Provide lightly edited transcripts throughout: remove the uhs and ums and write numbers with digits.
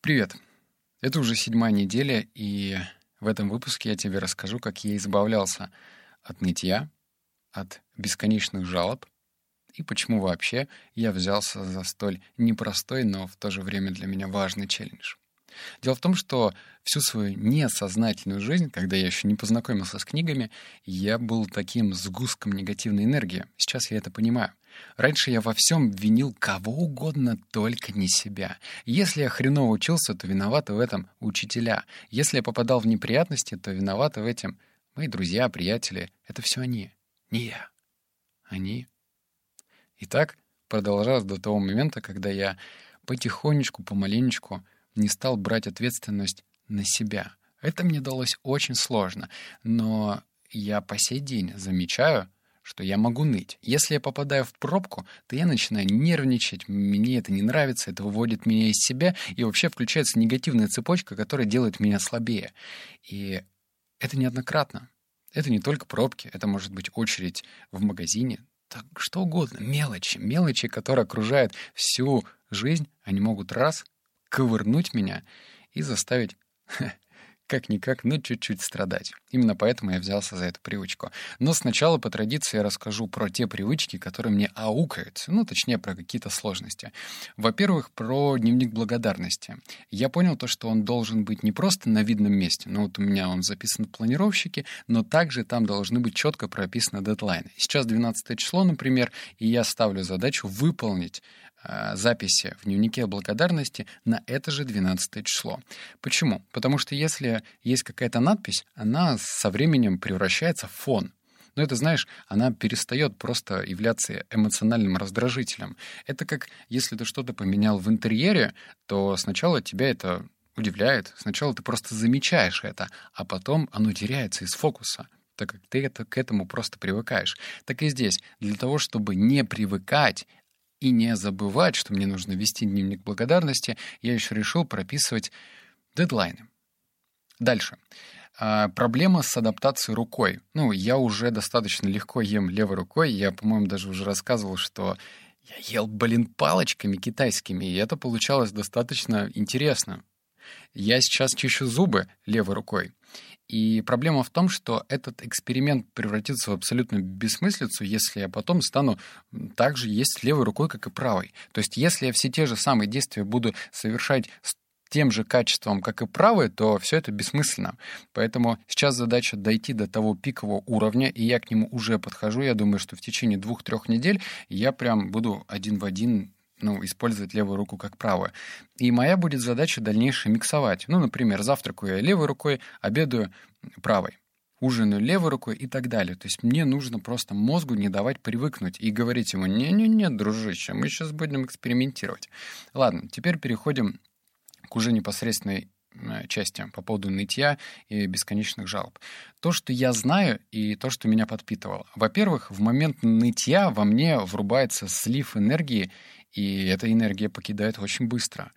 Привет! Это уже 7-я неделя, и в этом выпуске я тебе расскажу, как я избавлялся от нытья, от бесконечных жалоб и почему вообще я взялся за столь непростой, но в то же время для меня важный челлендж. Дело в том, что всю свою несознательную жизнь, когда я еще не познакомился с книгами, я был таким сгустком негативной энергии. Сейчас я это понимаю. Раньше я во всем винил кого угодно, только не себя. Если я хреново учился, то виноваты в этом учителя. Если я попадал в неприятности, то виноваты в этом мои друзья, приятели. Это все они, не я. Они. И так продолжалось до того момента, когда я потихонечку, помаленечку не стал брать ответственность на себя. Это мне далось очень сложно, но я по сей день замечаю, что я могу ныть. Если я попадаю в пробку, то я начинаю нервничать, мне это не нравится, это выводит меня из себя, и вообще включается негативная цепочка, которая делает меня слабее. И это неоднократно. Это не только пробки, это может быть очередь в магазине, так что угодно, мелочи, которые окружают всю жизнь, они могут раз ковырнуть меня и заставить как-никак, но чуть-чуть страдать. Именно поэтому я взялся за эту привычку. Но сначала по традиции я расскажу про те привычки, которые мне аукаются, точнее, про какие-то сложности. Во-первых, про дневник благодарности. Я понял то, что он должен быть не просто на видном месте, у меня он записан в планировщике, но также там должны быть четко прописаны дедлайны. Сейчас 12 число, например, и я ставлю задачу выполнить записи в дневнике благодарности на это же 12 число. Почему? Потому что если есть какая-то надпись, она со временем превращается в фон. Но это, знаешь, она перестает просто являться эмоциональным раздражителем. Это как если ты что-то поменял в интерьере, то сначала тебя это удивляет, сначала ты просто замечаешь это, а потом оно теряется из фокуса, так как ты к этому просто привыкаешь. Так и здесь. Для того, чтобы не привыкать и не забывать, что мне нужно вести дневник благодарности, я еще решил прописывать дедлайны. Дальше. Проблема с адаптацией рукой. Я уже достаточно легко ем левой рукой. Я, по-моему, даже уже рассказывал, что я ел, палочками китайскими, и это получалось достаточно интересно. Я сейчас чищу зубы левой рукой. И проблема в том, что этот эксперимент превратится в абсолютную бессмыслицу, если я потом стану так же есть левой рукой, как и правой. То есть если я все те же самые действия буду совершать с тем же качеством, как и правой, то все это бессмысленно. Поэтому сейчас задача дойти до того пикового уровня, и я к нему уже подхожу. Я думаю, что в течение 2-3 недель я прям буду один в один использовать левую руку как правую. И моя будет задача дальнейшее миксовать. Например, завтракаю я левой рукой, обедаю правой, ужинаю левой рукой и так далее. То есть мне нужно просто мозгу не давать привыкнуть и говорить ему: не-не-не, дружище, мы сейчас будем экспериментировать. Ладно, теперь переходим к уже непосредственной части по поводу нытья и бесконечных жалоб. То, что я знаю, и то, что меня подпитывало. Во-первых, в момент нытья во мне врубается слив энергии, и эта энергия покидает очень быстро.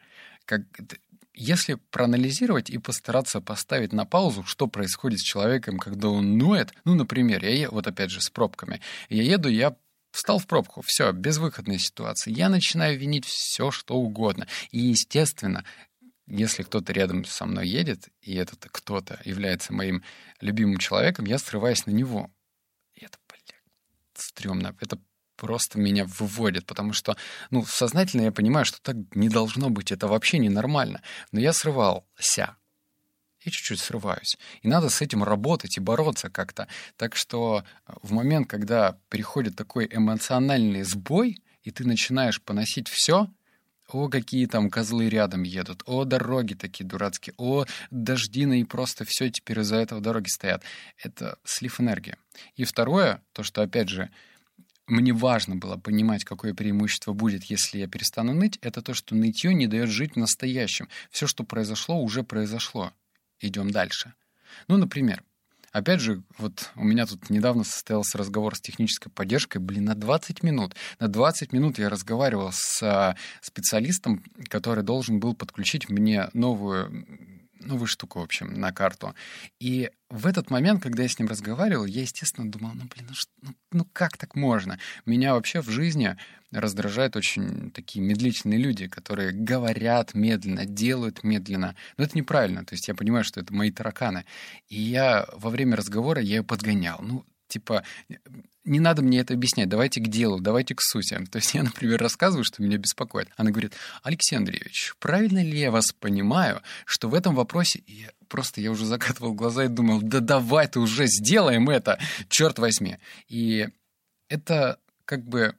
Если проанализировать и постараться поставить на паузу, что происходит с человеком, когда он ноет, например, опять же с пробками, я встал в пробку, все, безвыходная ситуация, я начинаю винить все, что угодно. И, естественно, если кто-то рядом со мной едет, и этот кто-то является моим любимым человеком, я срываюсь на него. И это, стрёмно. Это просто меня выводит, потому что, сознательно я понимаю, что так не должно быть, это вообще ненормально. Но я срывался. И чуть-чуть срываюсь. И надо с этим работать и бороться как-то. Так что в момент, когда переходит такой эмоциональный сбой, и ты начинаешь поносить все, какие там козлы рядом едут, дороги такие дурацкие, дожди, и просто все теперь из-за этого дороги стоят. Это слив энергии. И второе, то, что, опять же, мне важно было понимать, какое преимущество будет, если я перестану ныть, это то, что нытье не дает жить в настоящем. Все, что произошло, уже произошло. Идем дальше. Например, опять же, у меня тут недавно состоялся разговор с технической поддержкой, на 20 минут. На 20 минут я разговаривал с специалистом, который должен был подключить мне новую новую штуку, в общем, на карту. И в этот момент, когда я с ним разговаривал, я, естественно, думал, ну как так можно? Меня вообще в жизни раздражают очень такие медлительные люди, которые говорят медленно, делают медленно. Но это неправильно. То есть я понимаю, что это мои тараканы. И я во время разговора я ее подгонял. Ну, типа, не надо мне это объяснять, давайте к делу, давайте к сути. То есть я, например, рассказываю, что меня беспокоит. Она говорит: Алексей Андреевич, правильно ли я вас понимаю, что в этом вопросе... И я уже закатывал глаза и думал, да давай ты уже сделаем это, черт возьми. И это как бы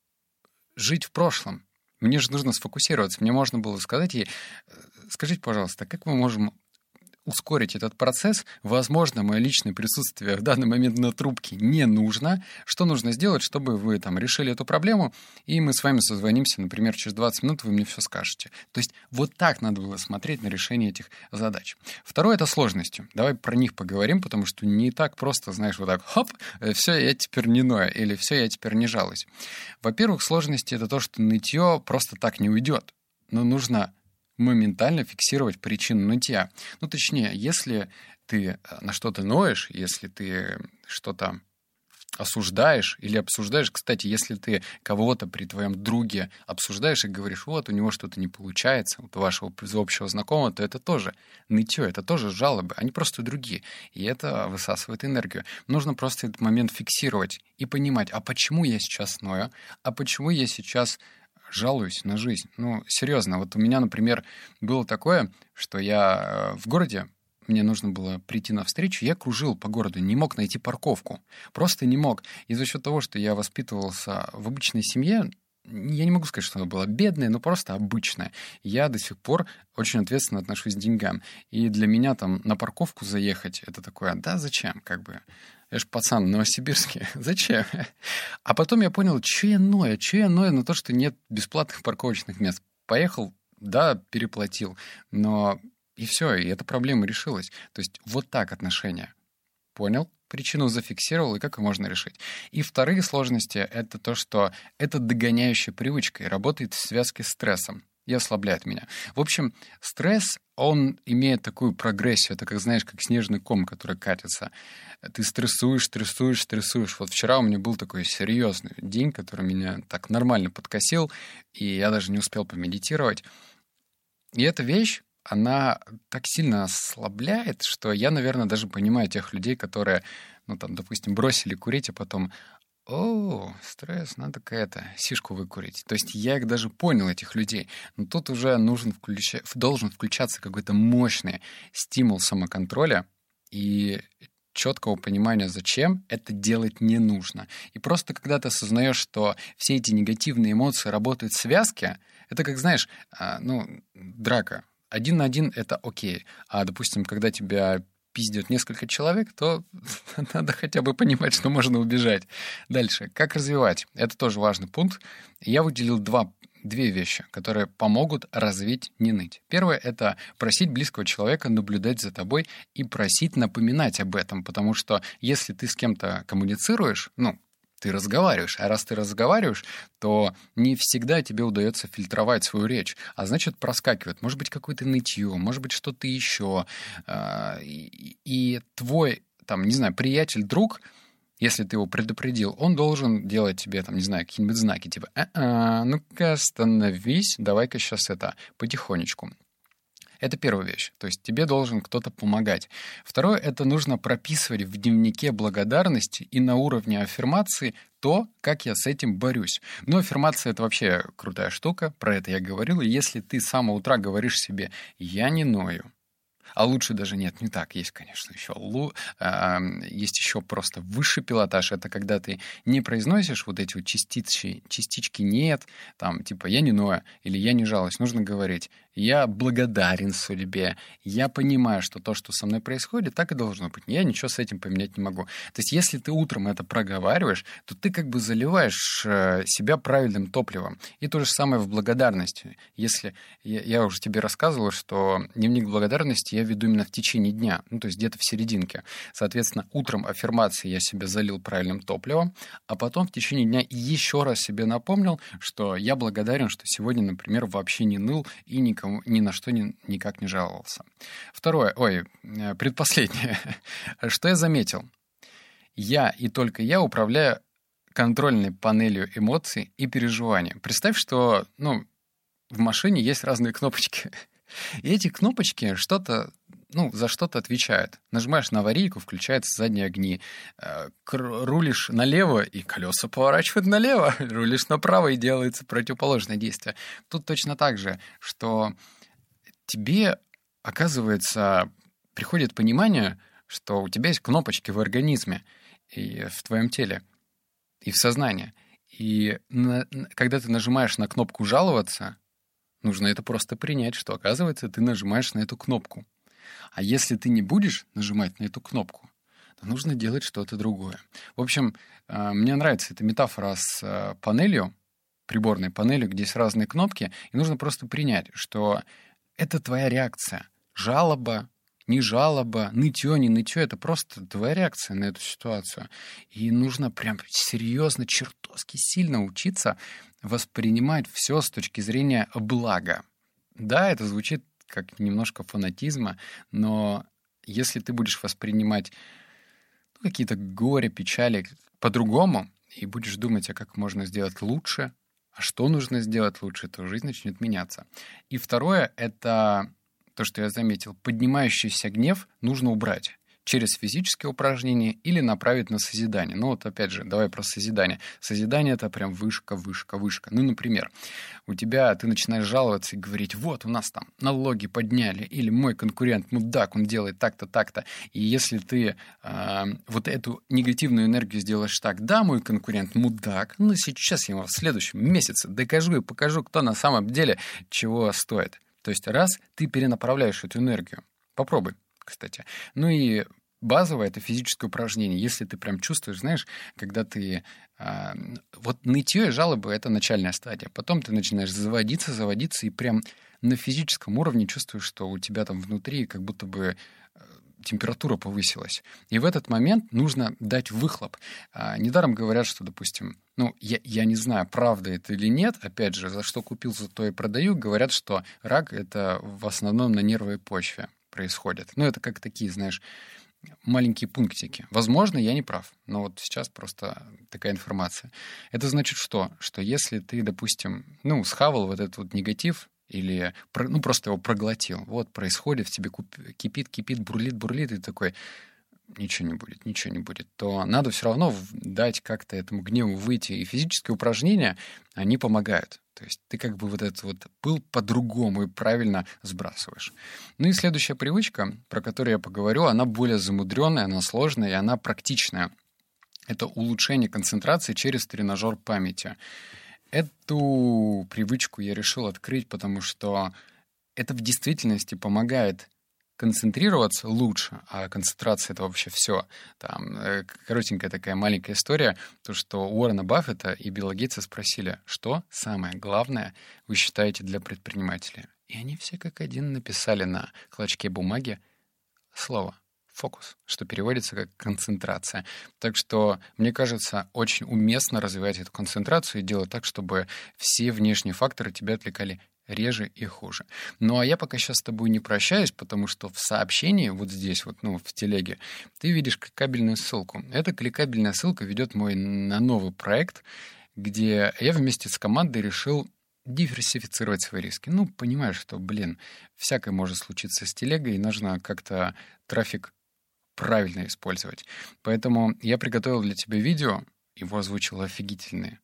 жить в прошлом. Мне же нужно сфокусироваться. Мне можно было сказать ей: скажите, пожалуйста, как мы можем ускорить этот процесс? Возможно, мое личное присутствие в данный момент на трубке не нужно. Что нужно сделать, чтобы вы там решили эту проблему, и мы с вами созвонимся, например, через 20 минут, вы мне все скажете. То есть вот так надо было смотреть на решение этих задач. Второе — это сложности. Давай про них поговорим, потому что не так просто, знаешь, вот так, хоп, все, я теперь не ною, или все, я теперь не жалуюсь. Во-первых, сложности — это то, что нытье просто так не уйдет. Но нужно моментально фиксировать причину нытья. Ну, точнее, если ты на что-то ноешь, если ты что-то осуждаешь или обсуждаешь, кстати, если ты кого-то при твоем друге обсуждаешь и говоришь, вот, у него что-то не получается, вот у вашего общего знакомого, то это тоже нытье, это тоже жалобы, они просто другие, и это высасывает энергию. Нужно просто этот момент фиксировать и понимать, а почему я сейчас ною, а почему я сейчас жалуюсь на жизнь. Ну, серьезно, вот у меня, например, было такое, что я в городе, мне нужно было прийти на встречу, я кружил по городу, не мог найти парковку. Просто не мог. И за счет того, что я воспитывался в обычной семье, я не могу сказать, что она была бедная, но просто обычная. Я до сих пор очень ответственно отношусь к деньгам. И для меня там на парковку заехать, это такое, да зачем, как бы... Я ж пацан в Новосибирске. Зачем? А потом я понял, что я ною на то, что нет бесплатных парковочных мест. Поехал, да, переплатил, но и все, и эта проблема решилась. То есть вот так отношения. Понял? Причину зафиксировал, и как ее можно решить. И вторые сложности — это то, что это догоняющая привычка и работает в связке с стрессом и ослабляет меня. В общем, стресс, он имеет такую прогрессию. Это, как, знаешь, как снежный ком, который катится. Ты стрессуешь. Вот вчера у меня был такой серьезный день, который меня так нормально подкосил, и я даже не успел помедитировать. И эта вещь, она так сильно ослабляет, что я, наверное, даже понимаю тех людей, которые, ну, там, допустим, бросили курить, а потом: о, стресс, надо какая-то сишку выкурить. То есть я их даже понял, этих людей. Но тут уже должен включаться какой-то мощный стимул самоконтроля и четкого понимания, зачем это делать не нужно. И просто когда ты осознаешь, что все эти негативные эмоции работают в связке, это как, знаешь, драка. 1 на 1 — это окей. А, допустим, когда тебя пиздят несколько человек, то надо хотя бы понимать, что можно убежать. Дальше. Как развивать? Это тоже важный пункт. Я выделил две вещи, которые помогут развить не ныть. Первое — это просить близкого человека наблюдать за тобой и просить напоминать об этом, потому что если ты с кем-то коммуницируешь, ты разговариваешь. А раз ты разговариваешь, то не всегда тебе удается фильтровать свою речь. А значит, проскакивает. Может быть, какое-то нытье, может быть, что-то еще. И твой, там, не знаю, приятель, друг, если ты его предупредил, он должен делать тебе, там, не знаю, какие-нибудь знаки, типа: ну-ка, остановись, давай-ка сейчас потихонечку. Это первая вещь. То есть тебе должен кто-то помогать. Второе — это нужно прописывать в дневнике благодарности и на уровне аффирмации то, как я с этим борюсь. Но аффирмация — это вообще крутая штука, про это я говорил. И если ты с самого утра говоришь себе: я не ною, а лучше даже нет, не так. Есть, конечно, есть еще просто высший пилотаж. Это когда ты не произносишь вот эти вот частички «нет», там, типа «я не ною» или «я не жалуюсь». Нужно говорить: я благодарен судьбе, я понимаю, что то, что со мной происходит, так и должно быть. Я ничего с этим поменять не могу. То есть если ты утром это проговариваешь, то ты как бы заливаешь себя правильным топливом. И то же самое в благодарности. Если я уже тебе рассказывал, что дневник благодарности я веду именно в течение дня, то есть где-то в серединке. Соответственно, утром аффирмации я себя залил правильным топливом, а потом в течение дня еще раз себе напомнил, что я благодарен, что сегодня, например, вообще не ныл и никого ни на что никак не жаловался. Предпоследнее. Что я заметил? Я и только я управляю контрольной панелью эмоций и переживаний. Представь, что в машине есть разные кнопочки. И эти кнопочки за что-то отвечают. Нажимаешь на аварийку, включаются задние огни. Рулишь налево, и колеса поворачивают налево. Рулишь направо, и делается противоположное действие. Тут точно так же, что тебе, оказывается, приходит понимание, что у тебя есть кнопочки в организме и в твоем теле, и в сознании. И когда ты нажимаешь на кнопку «жаловаться», нужно это просто принять, что, оказывается, ты нажимаешь на эту кнопку. А если ты не будешь нажимать на эту кнопку, то нужно делать что-то другое. В общем, мне нравится эта метафора с панелью, приборной панелью, где есть разные кнопки, и нужно просто принять, что это твоя реакция. Жалоба, не жалоба, нытье, не нытье — это просто твоя реакция на эту ситуацию. И нужно прям серьезно, чертовски сильно учиться воспринимать все с точки зрения блага. Да, это звучит как немножко фанатизма, но если ты будешь воспринимать какие-то горе, печали по-другому и будешь думать, а как можно сделать лучше, а что нужно сделать лучше, то жизнь начнет меняться. И второе — это то, что я заметил. Поднимающийся гнев нужно убрать через физические упражнения или направить на созидание. Опять же, давай про созидание. Созидание — это прям вышка, вышка, вышка. Например, ты начинаешь жаловаться и говорить: вот, у нас там налоги подняли, или мой конкурент мудак, он делает так-то, так-то. И если ты вот эту негативную энергию сделаешь так: да, мой конкурент мудак, но сейчас я ему в следующем месяце докажу и покажу, кто на самом деле чего стоит. То есть раз ты перенаправляешь эту энергию. Попробуй, кстати. И базовое — это физическое упражнение. Если ты прям чувствуешь, знаешь, когда ты... нытье и жалобы — это начальная стадия. Потом ты начинаешь заводиться, и прям на физическом уровне чувствуешь, что у тебя там внутри как будто бы температура повысилась. И в этот момент нужно дать выхлоп. Недаром говорят, что, допустим, я не знаю, правда это или нет, опять же, за что купил, за то и продаю, говорят, что рак — это в основном на нервной почве происходит. Это как такие, знаешь, маленькие пунктики. Возможно, я не прав, но сейчас просто такая информация. Это значит что? Что если ты, допустим, схавал вот этот негатив или просто его проглотил, происходит, в тебе кипит, бурлит, и ты такой: ничего не будет, то надо все равно дать как-то этому гневу выйти. И физические упражнения, они помогают. То есть ты как бы этот пыл по-другому и правильно сбрасываешь. И следующая привычка, про которую я поговорю, она более замудренная, она сложная и она практичная. Это улучшение концентрации через тренажер памяти. Эту привычку я решил открыть, потому что это в действительности помогает концентрироваться лучше, а концентрация — это вообще все. Там коротенькая такая маленькая история, то, что Уоррена Баффета и Билла Гейтса спросили, что самое главное вы считаете для предпринимателя. И они все как один написали на клочке бумаги слово «фокус», что переводится как «концентрация». Так что, мне кажется, очень уместно развивать эту концентрацию и делать так, чтобы все внешние факторы тебя отвлекали реже и хуже. А я пока сейчас с тобой не прощаюсь, потому что в сообщении здесь, в телеге, ты видишь кликабельную ссылку. Эта кликабельная ссылка ведет на новый проект, где я вместе с командой решил диверсифицировать свои риски. Понимаешь, что, всякое может случиться с телегой, и нужно как-то трафик правильно использовать. Поэтому я приготовил для тебя видео, его озвучил офигительный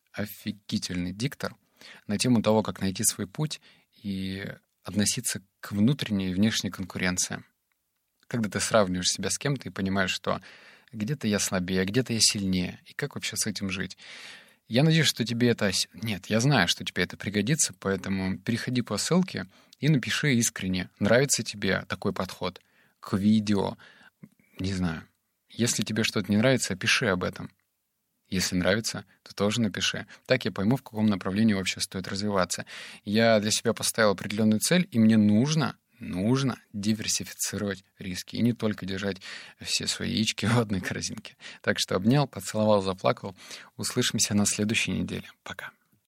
диктор, на тему того, как найти свой путь и относиться к внутренней и внешней конкуренции. Когда ты сравниваешь себя с кем-то и понимаешь, что где-то я слабее, где-то я сильнее, и как вообще с этим жить. Я надеюсь, что тебе это... Нет, я знаю, что тебе это пригодится, поэтому переходи по ссылке и напиши искренне, нравится тебе такой подход к видео. Не знаю. Если тебе что-то не нравится, пиши об этом. Если нравится, то тоже напиши. Так я пойму, в каком направлении вообще стоит развиваться. Я для себя поставил определенную цель, и мне нужно диверсифицировать риски. И не только держать все свои яички в одной корзинке. Так что обнял, поцеловал, заплакал. Услышимся на следующей неделе. Пока.